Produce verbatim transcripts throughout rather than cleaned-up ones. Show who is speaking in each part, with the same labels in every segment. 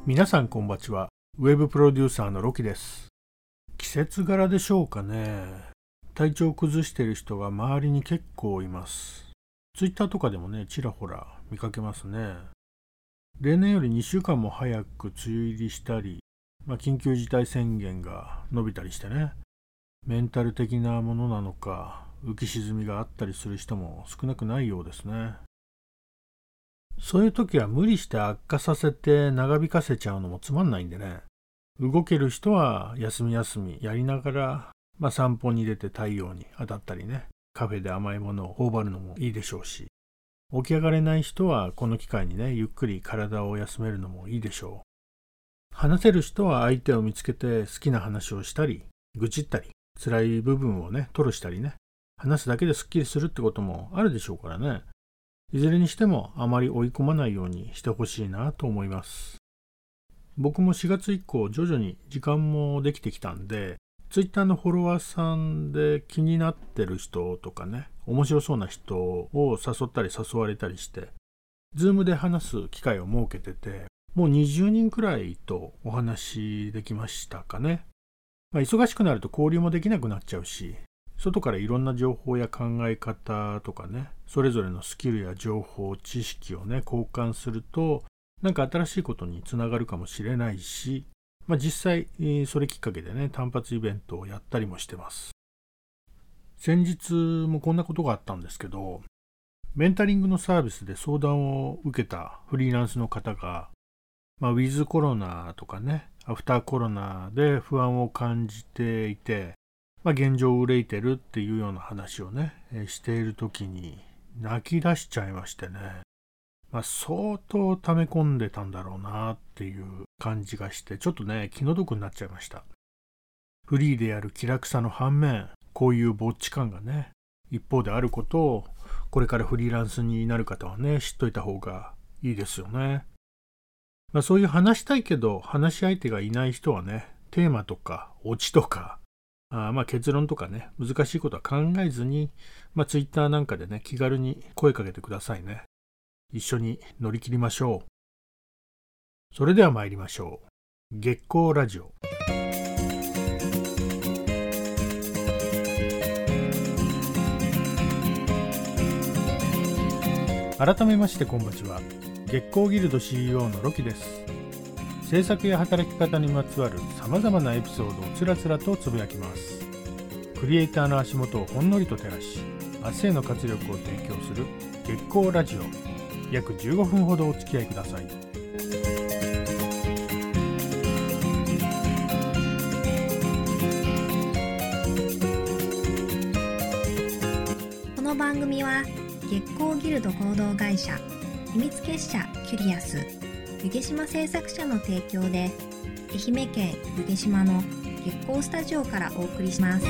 Speaker 1: 皆さんこんばちは。ウェブプロデューサーのロキです。季節柄でしょうかね。体調を崩している人が周りに結構います。ツイッターとかでもね、ちらほら見かけますね。例年よりにしゅうかんも早く梅雨入りしたり、まあ、緊急事態宣言が伸びたりしてね、メンタル的なものなのか、浮き沈みがあったりする人も少なくないようですね。そういう時は無理して悪化させて長引かせちゃうのもつまんないんでね。動ける人は休み休みやりながら、まあ、散歩に出て太陽に当たったりね、カフェで甘いものを頬張るのもいいでしょうし、起き上がれない人はこの機会にね、ゆっくり体を休めるのもいいでしょう。話せる人は相手を見つけて好きな話をしたり、愚痴ったり、辛い部分をね、吐露したりね、話すだけですっきりするってこともあるでしょうからね。いずれにしてもあまり追い込まないようにしてほしいなと思います。僕もしがつ以降徐々に時間もできてきたんで、ツイッターのフォロワーさんで気になってる人とかね、面白そうな人を誘ったり誘われたりして、ズームで話す機会を設けてて、もうにじゅうにんくらいとお話できましたかね。まあ、忙しくなると交流もできなくなっちゃうし、外からいろんな情報や考え方とかね、それぞれのスキルや情報、知識をね、交換すると、なんか新しいことにつながるかもしれないし、まあ、実際、それきっかけでね、単発イベントをやったりもしてます。先日もこんなことがあったんですけど、メンタリングのサービスで相談を受けたフリーランスの方が、まあ、ウィズコロナとかね、アフターコロナで不安を感じていて、まあ、現状を憂いてるっていうような話をね、しているときに泣き出しちゃいましてね、まあ、相当溜め込んでたんだろうなっていう感じがして、ちょっとね、気の毒になっちゃいました。フリーでやる気楽さの反面、こういうぼっち感がね、一方であることを、これからフリーランスになる方はね、知っといた方がいいですよね。まあ、そういう話したいけど、話し相手がいない人はね、テーマとか、オチとか、あまあ結論とかね、難しいことは考えずに、まあ、ツイッターなんかでね、気軽に声かけてくださいね。一緒に乗り切りましょう。それでは参りましょう。月光ラジオ。改めましてこんばちは。月光ギルド シーイーオー のロキです。制作や働き方にまつわるさまざまなエピソードをつらつらとつぶやきます。クリエイターの足元をほんのりと照らし、明日への活力を提供する月光ラジオ。約じゅうごふんほどお付き合いください。
Speaker 2: この番組は月光ギルド合同会社秘密結社キュリアス湯気島製作者の提供で、愛媛県湯気島の月光スタジオからお送りします。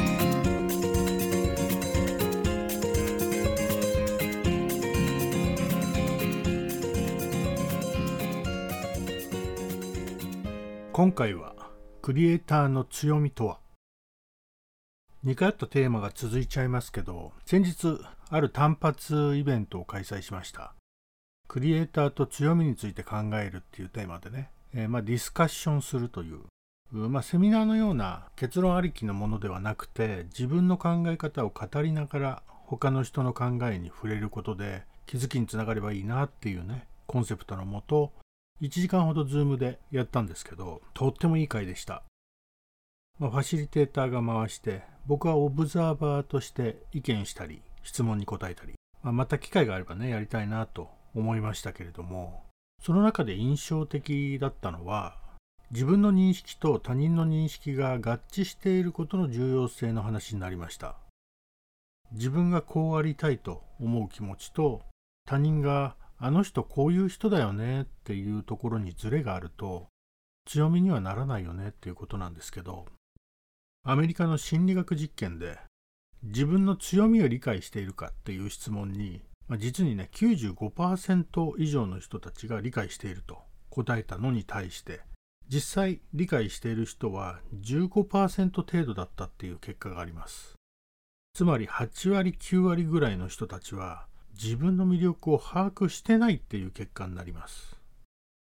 Speaker 1: 今回はクリエイターの強みとは。似通ったテーマが続いちゃいますけど、先日ある単発イベントを開催しました。クリエイターと強みについて考えるっていうテーマでね、えー、まあディスカッションするという、まあ、セミナーのような結論ありきのものではなくて、自分の考え方を語りながら他の人の考えに触れることで気づきにつながればいいなっていうね、コンセプトのもといちじかんほどズームでやったんですけど、とってもいい回でした。まあ、ファシリテーターが回して、僕はオブザーバーとして意見したり質問に答えたり、まあ、また機会があればね、やりたいなと思いましたけれども、その中で印象的だったのは、自分の認識と他人の認識が合致していることの重要性の話になりました。自分がこうありたいと思う気持ちと、他人があの人こういう人だよねっていうところにズレがあると、強みにはならないよねっていうことなんですけど、アメリカの心理学実験で、自分の強みを理解しているかっていう質問に、まあ、実にね きゅうじゅうごパーセント 以上の人たちが理解していると答えたのに対して、実際理解している人は じゅうごパーセント 程度だったっていう結果があります。つまりはちわりきゅうわりぐらいの人たちは自分の魅力を把握してないっていう結果になります。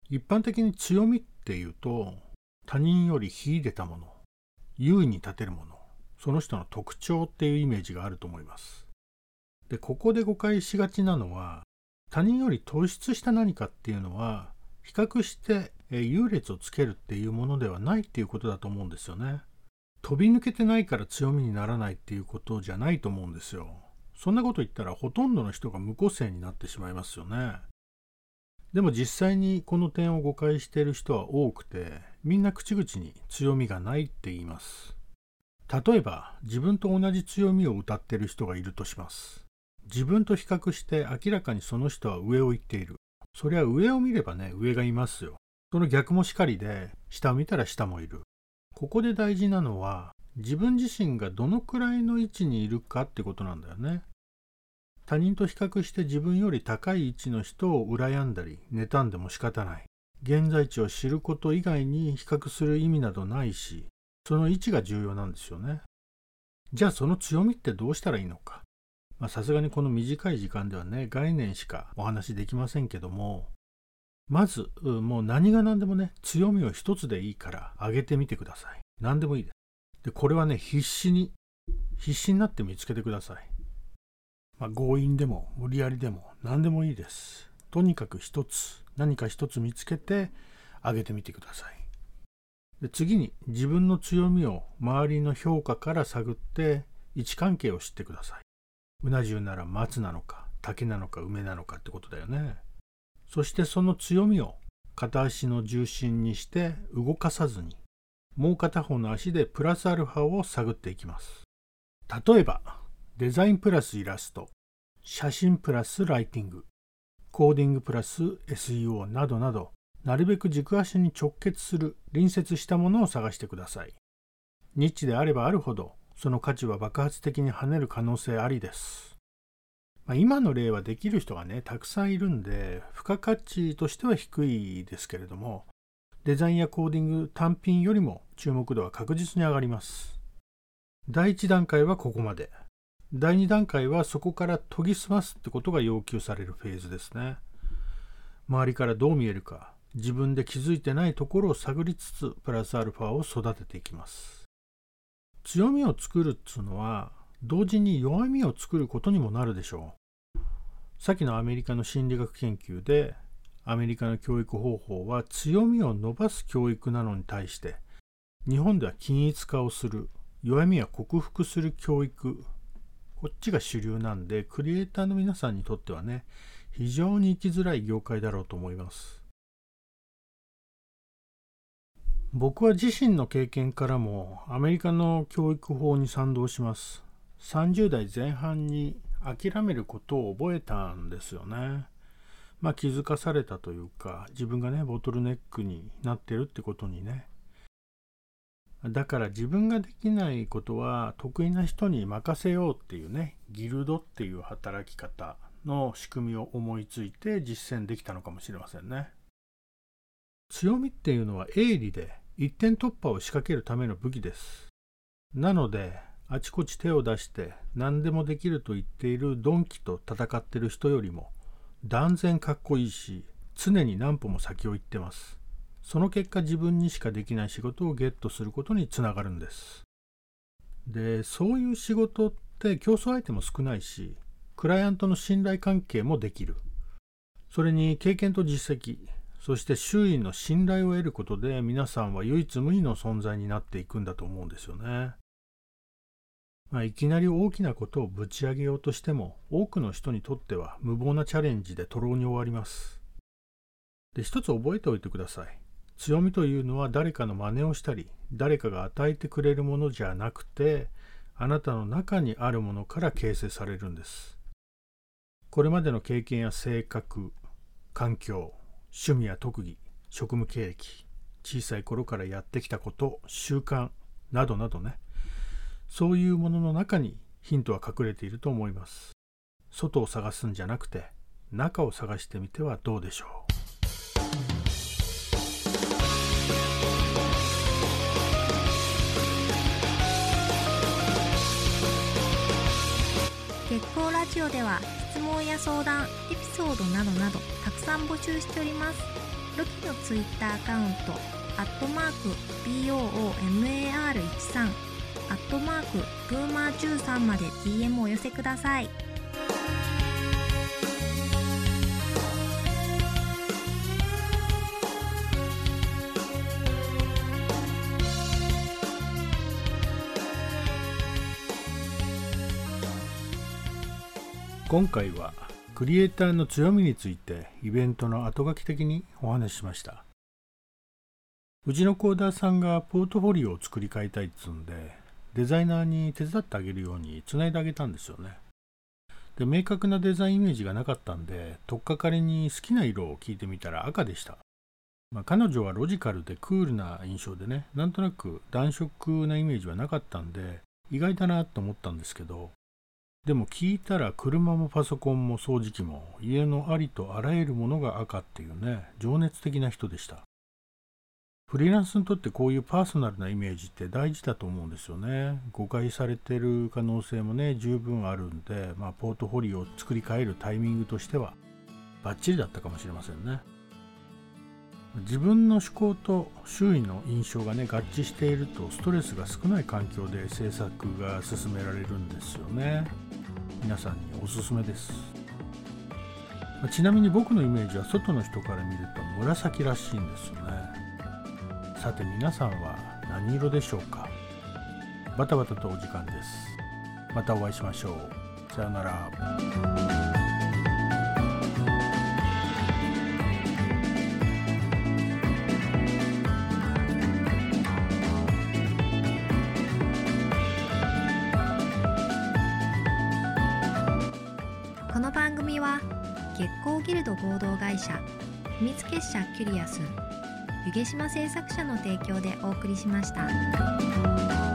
Speaker 1: 一般的に強みっていうと、他人より秀でたもの、優位に立てるもの、その人の特徴っていうイメージがあると思います。で、ここで誤解しがちなのは、他人より突出した何かっていうのは、比較して優劣をつけるっていうものではないっていうことだと思うんですよね。飛び抜けてないから強みにならないっていうことじゃないと思うんですよ。そんなこと言ったらほとんどの人が無個性になってしまいますよね。でも実際にこの点を誤解している人は多くて、みんな口々に強みがないって言います。例えば自分と同じ強みを謳っている人がいるとします。自分と比較して明らかにその人は上を行っている。そりゃ上を見ればね、上がいますよ。その逆もしかりで、下を見たら下もいる。ここで大事なのは、自分自身がどのくらいの位置にいるかってことなんだよね。他人と比較して自分より高い位置の人を羨んだり、妬んでも仕方ない。現在地を知ること以外に比較する意味などないし、その位置が重要なんですよね。じゃあその強みってどうしたらいいのか。まあさすがにこの短い時間ではね、概念しかお話できませんけども、まず、もう何が何でもね、強みを一つでいいから上げてみてください。何でもいいです。で、これはね、必死に、必死になって見つけてください。まあ、強引でも無理やりでも何でもいいです。とにかく一つ、何か一つ見つけて上げてみてください。で、次に自分の強みを周りの評価から探って位置関係を知ってください。うな重なら松なのか竹なのか梅なのかってことだよね。そしてその強みを片足の重心にして動かさずに、もう片方の足でプラスアルファを探っていきます。例えばデザインプラスイラスト、写真プラスライティング、コーディングプラス エスイーオー などなど、なるべく軸足に直結する隣接したものを探してください。ニッチであればあるほど、その価値は爆発的に跳ねる可能性ありです。まあ、今の例はできる人がね、たくさんいるんで、付加価値としては低いですけれども、デザインやコーディング単品よりも注目度は確実に上がります。第一段階はここまで。第二段階はそこから研ぎ澄ますってことが要求されるフェーズですね。周りからどう見えるか、自分で気づいてないところを探りつつ、プラスアルファを育てていきます。強みを作るっつうのは、同時に弱みを作ることにもなるでしょう。さっきのアメリカの心理学研究で、アメリカの教育方法は強みを伸ばす教育なのに対して、日本では均一化をする、弱みは克服する教育、こっちが主流なんで、クリエイターの皆さんにとってはね、非常に生きづらい業界だろうと思います。僕は自身の経験からもアメリカの教育法に賛同します。さんじゅう代前半に諦めることを覚えたんですよね。まあ気づかされたというか、自分がね、ボトルネックになってるってことにね。だから自分ができないことは得意な人に任せようっていうね、ギルドっていう働き方の仕組みを思いついて実践できたのかもしれませんね。強みっていうのは鋭利で一点突破を仕掛けるための武器です。なのであちこち手を出して何でもできると言っているドンキと戦ってる人よりも断然かっこいいし、常に何歩も先を行ってます。その結果自分にしかできない仕事をゲットすることにつながるんです。で、そういう仕事って競争相手も少ないし、クライアントの信頼関係もできる。それに経験と実績、そして周囲の信頼を得ることで皆さんは唯一無二の存在になっていくんだと思うんですよね。まあ、いきなり大きなことをぶち上げようとしても多くの人にとっては無謀なチャレンジで徒労に終わります。で、一つ覚えておいてください。強みというのは誰かの真似をしたり、誰かが与えてくれるものじゃなくて、あなたの中にあるものから形成されるんです。これまでの経験や性格、環境、趣味や特技、職務経歴、小さい頃からやってきたこと、習慣などなどね、そういうものの中にヒントは隠れていると思います。外を探すんじゃなくて、中を探してみてはどうでしょう。
Speaker 2: 月光ラジオでは質問や相談、エピソードなどなどたくさん募集しております。 ロキのツイッターアカウントアットマーク ピーオーオーエムエーアールじゅうさん アットマークプーマーじゅうさんまで ディーエム をお寄せください。
Speaker 1: 今回はクリエイターの強みについてイベントの後書き的にお話ししました。うちのコーダーさんがポートフォリオを作り変えたいっつうんで、デザイナーに手伝ってあげるようにつないであげたんですよね。で、明確なデザインイメージがなかったんで、取っかかりに好きな色を聞いてみたら赤でした。まあ、彼女はロジカルでクールな印象でね、なんとなく暖色なイメージはなかったんで、意外だなと思ったんですけど、でも聞いたら車もパソコンも掃除機も家のありとあらゆるものが赤っていうね、情熱的な人でした。フリーランスにとってこういうパーソナルなイメージって大事だと思うんですよね。誤解されてる可能性もね、十分あるんで、まあ、ポートフォリオを作り変えるタイミングとしてはバッチリだったかもしれませんね。自分の思考と周囲の印象がね、合致しているとストレスが少ない環境で制作が進められるんですよね。皆さんにおすすめです。ちなみに僕のイメージは外の人から見ると紫らしいんですよね。さて皆さんは何色でしょうか。バタバタとお時間です。またお会いしましょう。さようなら。
Speaker 2: この番組は月光ギルド合同会社秘密結社キュリアス湯毛島製作者の提供でお送りしました。